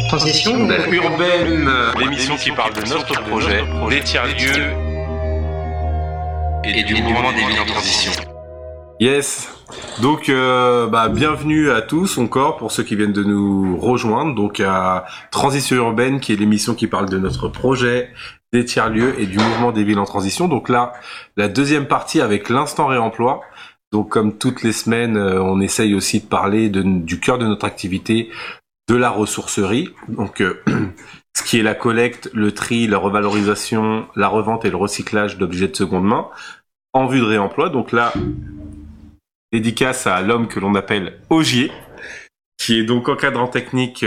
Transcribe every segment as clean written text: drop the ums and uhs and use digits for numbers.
Transition urbaine, l'émission qui parle de notre projet, des tiers-lieux et du mouvement des villes en transition. Yes. Donc, bienvenue à tous encore pour ceux qui viennent de nous rejoindre. Donc, à Transition urbaine, qui est l'émission qui parle de notre projet, des tiers-lieux et du mouvement des villes en transition. Donc là, la deuxième partie avec l'instant réemploi. Donc, comme toutes les semaines, on essaye aussi de parler du cœur de notre activité, de la ressourcerie. Donc, ce qui est la collecte, le tri, la revalorisation, la revente et le recyclage d'objets de seconde main en vue de réemploi. Donc là, dédicace à l'homme que l'on appelle Ogier, qui est donc encadrant technique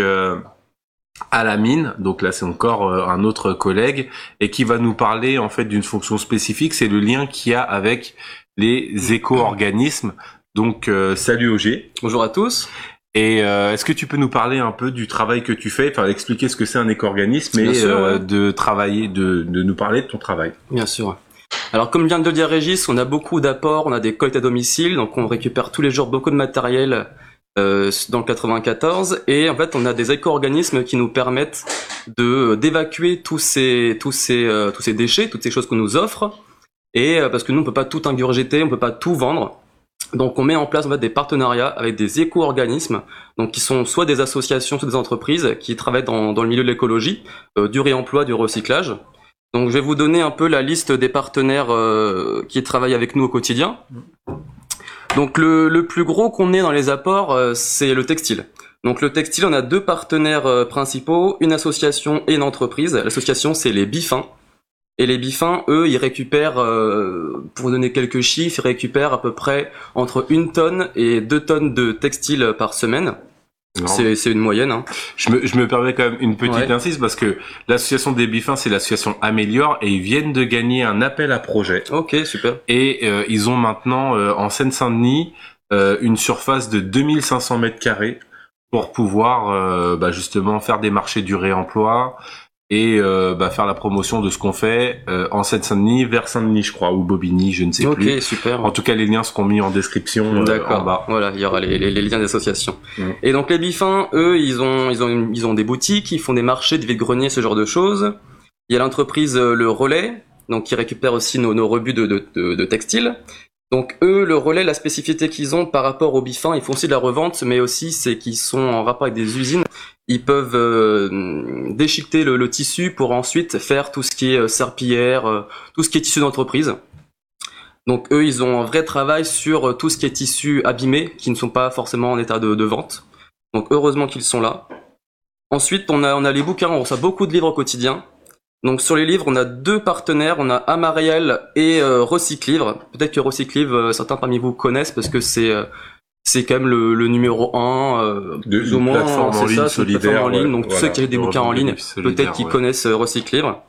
à la mine. Donc là, c'est encore un autre collègue et qui va nous parler en fait d'une fonction spécifique. C'est le lien qu'il y a avec les éco-organismes. Donc, salut Ogier. Bonjour à tous. Et est-ce que tu peux nous parler un peu du travail que tu fais, enfin expliquer ce que c'est un éco-organisme et de travailler, de nous parler de ton travail. Bien sûr. Alors comme vient de le dire Régis, on a beaucoup d'apports, on a des collectes à domicile, donc on récupère tous les jours beaucoup de matériel dans le 94 et en fait on a des éco-organismes qui nous permettent d'évacuer tous ces déchets, toutes ces choses qu'on nous offre et parce que nous on peut pas tout ingurgiter, on peut pas tout vendre. Donc on met en place en fait des partenariats avec des éco-organismes, donc qui sont soit des associations, soit des entreprises qui travaillent dans le milieu de l'écologie, du réemploi, du recyclage. Donc je vais vous donner un peu la liste des partenaires qui travaillent avec nous au quotidien. Donc le plus gros qu'on ait dans les apports, c'est le textile. Donc le textile, on a deux partenaires principaux, une association et une entreprise. L'association, c'est les Bifins. Et les Bifins, eux, ils récupèrent, pour vous donner quelques chiffres, ils récupèrent à peu près entre 1 tonne et 2 tonnes de textile par semaine. C'est une moyenne. Hein. Je me permets quand même une petite insiste parce que l'association des Bifins, c'est l'association Améliore et ils viennent de gagner un appel à projet. Ok, super. Et ils ont maintenant en Seine-Saint-Denis une surface de 2500 mètres carrés pour pouvoir justement faire des marchés du réemploi et faire la promotion de ce qu'on fait en Seine-Saint-Denis vers Saint-Denis, je crois, ou Bobigny, je ne sais plus. Ok, super. En tout cas, les liens seront mis en description en bas. Voilà, il y aura les liens d'association. Et donc les Bifins, eux, ils ont des boutiques, ils font des marchés de vide-grenier, ce genre de choses. Il y a l'entreprise Le Relais, donc qui récupère aussi nos rebuts de textile. Donc eux, le Relais, la spécificité qu'ils ont par rapport aux Bifins, ils font aussi de la revente, mais aussi c'est qu'ils sont en rapport avec des usines. Ils peuvent déchiqueter le tissu pour ensuite faire tout ce qui est serpillière, tout ce qui est tissu d'entreprise. Donc eux, ils ont un vrai travail sur tout ce qui est tissu abîmé, qui ne sont pas forcément en état de vente. Donc heureusement qu'ils sont là. Ensuite, on a les bouquins, on reçoit beaucoup de livres au quotidien. Donc sur les livres, on a deux partenaires, on a Amariel et Recyclivre. Peut-être que Recyclivre, certains parmi vous connaissent parce que c'est quand même le numéro 1 plus ou moins, plateforme en ligne solidaire, en ligne. Donc tous ceux qui ont des bouquins en ligne, peut-être qu'ils connaissent Recyclivre.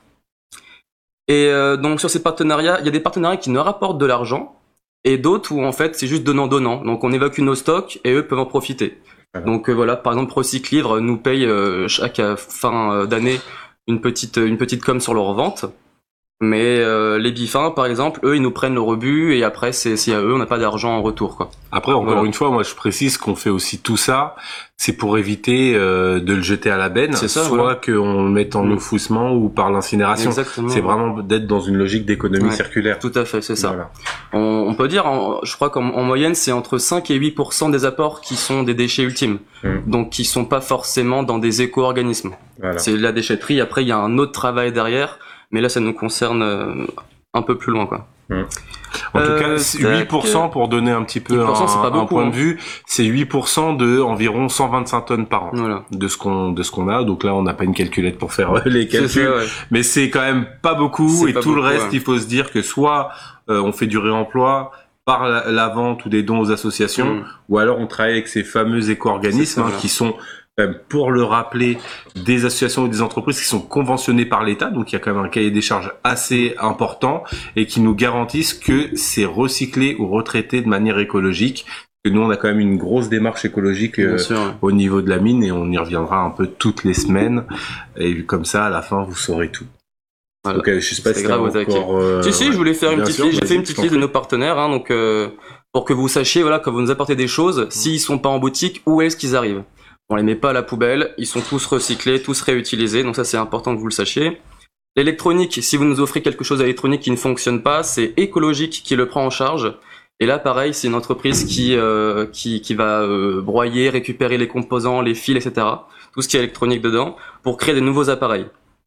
Et donc sur ces partenariats, il y a des partenariats qui nous rapportent de l'argent et d'autres où en fait c'est juste donnant-donnant. Donc on évacue nos stocks et eux peuvent en profiter. Donc voilà, par exemple Recyclivre nous paye chaque fin d'année une petite com sur leur vente. Mais les Bifins, par exemple, eux, ils nous prennent le rebut et après, c'est à eux, on n'a pas d'argent en retour, quoi. Après, encore une fois, moi, je précise qu'on fait aussi tout ça, c'est pour éviter de le jeter à la benne, soit qu'on le mette en enfouissement ou par l'incinération. Exactement. C'est vraiment d'être dans une logique d'économie circulaire. Tout à fait, c'est ça. Voilà. On peut dire, je crois qu'en moyenne, c'est entre 5 et 8% des apports qui sont des déchets ultimes. Donc, qui sont pas forcément dans des éco-organismes. Voilà. C'est la déchetterie. Après, il y a un autre travail derrière. Mais là, ça nous concerne un peu plus loin, quoi. En tout cas, 8% pour donner un petit peu un point de vue, c'est 8% de environ 125 tonnes par an de ce qu'on a. Donc là, on n'a pas une calculette pour faire les calculs, mais c'est quand même pas beaucoup. Et tout le reste, il faut se dire que soit on fait du réemploi par la vente ou des dons aux associations, ou alors on travaille avec ces fameux éco-organismes qui sont, pour le rappeler, des associations ou des entreprises qui sont conventionnées par l'État, donc il y a quand même un cahier des charges assez important et qui nous garantissent que c'est recyclé ou retraité de manière écologique. Que nous, on a quand même une grosse démarche écologique au niveau de la mine et on y reviendra un peu toutes les semaines. Et comme ça, à la fin, vous saurez tout. Voilà. Donc, je sais pas si grave encore... Si, je voulais faire une petite liste. J'ai fait une petite liste de nos partenaires, hein, donc pour que vous sachiez, voilà, quand vous nous apportez des choses, s'ils sont pas en boutique, où est-ce qu'ils arrivent. On les met pas à la poubelle, ils sont tous recyclés, tous réutilisés, donc ça c'est important que vous le sachiez. L'électronique, si vous nous offrez quelque chose d'électronique qui ne fonctionne pas, c'est Écologique qui le prend en charge. Et là, pareil, c'est une entreprise qui va broyer, récupérer les composants, les fils, etc. Tout ce qui est électronique dedans, pour créer des nouveaux appareils.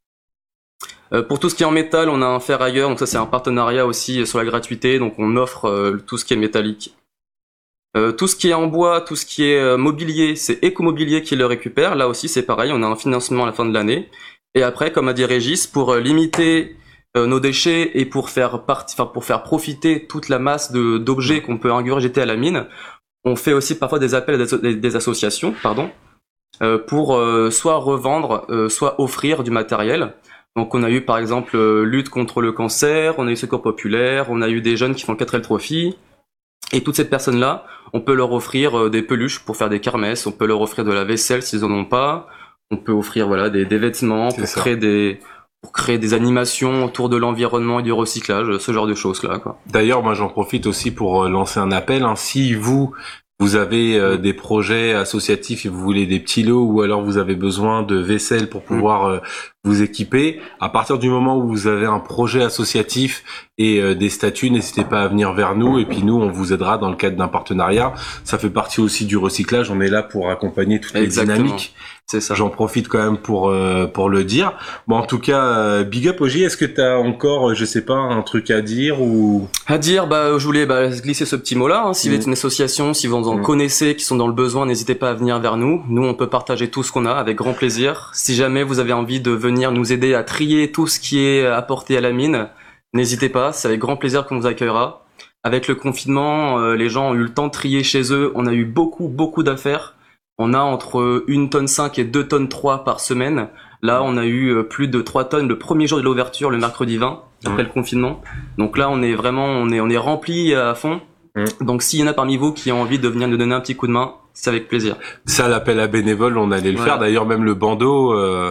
Pour tout ce qui est en métal, on a un ferrailleur, donc ça c'est un partenariat aussi sur la gratuité, donc on offre tout ce qui est métallique. Tout ce qui est en bois, tout ce qui est mobilier, c'est Écomobilier qui le récupère. Là aussi c'est pareil, on a un financement à la fin de l'année. Et après, comme a dit Régis, pour limiter nos déchets et pour faire profiter toute la masse d'objets qu'on peut ingurgiter à la mine, on fait aussi parfois des appels à des associations, pour soit revendre, soit offrir du matériel. Donc on a eu par exemple lutte contre le cancer, on a eu Secours populaire, on a eu des jeunes qui font 4L Trophy. Et toutes ces personnes-là, on peut leur offrir des peluches pour faire des kermesses, on peut leur offrir de la vaisselle s'ils en ont pas, on peut offrir des vêtements pour créer des animations autour de l'environnement et du recyclage, ce genre de choses-là, quoi. D'ailleurs, moi j'en profite aussi pour lancer un appel. Si vous avez des projets associatifs et vous voulez des petits lots, ou alors vous avez besoin de vaisselle pour pouvoir vous équiper, à partir du moment où vous avez un projet associatif et des statuts, n'hésitez pas à venir vers nous, et puis nous on vous aidera dans le cadre d'un partenariat. Ça fait partie aussi du recyclage, on est là pour accompagner toutes les dynamiques. C'est ça. J'en profite quand même pour le dire. Bon, en tout cas, big up Oji, est-ce que t'as encore, je sais pas, un truc à dire ou... Je voulais glisser ce petit mot-là. Si vous êtes une association, si vous en connaissez, qui sont dans le besoin, n'hésitez pas à venir vers nous. Nous, on peut partager tout ce qu'on a avec grand plaisir. Si jamais vous avez envie de venir nous aider à trier tout ce qui est apporté à la mine, n'hésitez pas, c'est avec grand plaisir qu'on vous accueillera. Avec le confinement, les gens ont eu le temps de trier chez eux. On a eu beaucoup d'affaires. On a entre 1,5 tonne et 2,3 tonnes par semaine. Là, on a eu plus de 3 tonnes le premier jour de l'ouverture, le mercredi 20, après le confinement. Donc là, on est rempli à fond. Donc s'il y en a parmi vous qui ont envie de venir nous donner un petit coup de main, c'est avec plaisir. Ça, l'appel à bénévoles, on allait le faire. D'ailleurs, même le bandeau,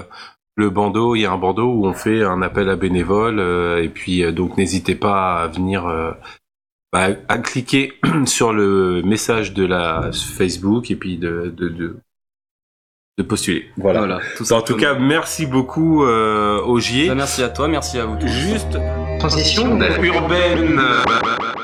il y a un bandeau où on fait un appel à bénévoles. Et puis, donc, n'hésitez pas à venir... à cliquer sur le message de la Facebook et puis de postuler. Voilà. En tout cas, merci beaucoup Ogier. Merci à toi, merci à vous tous. Juste transition urbaine.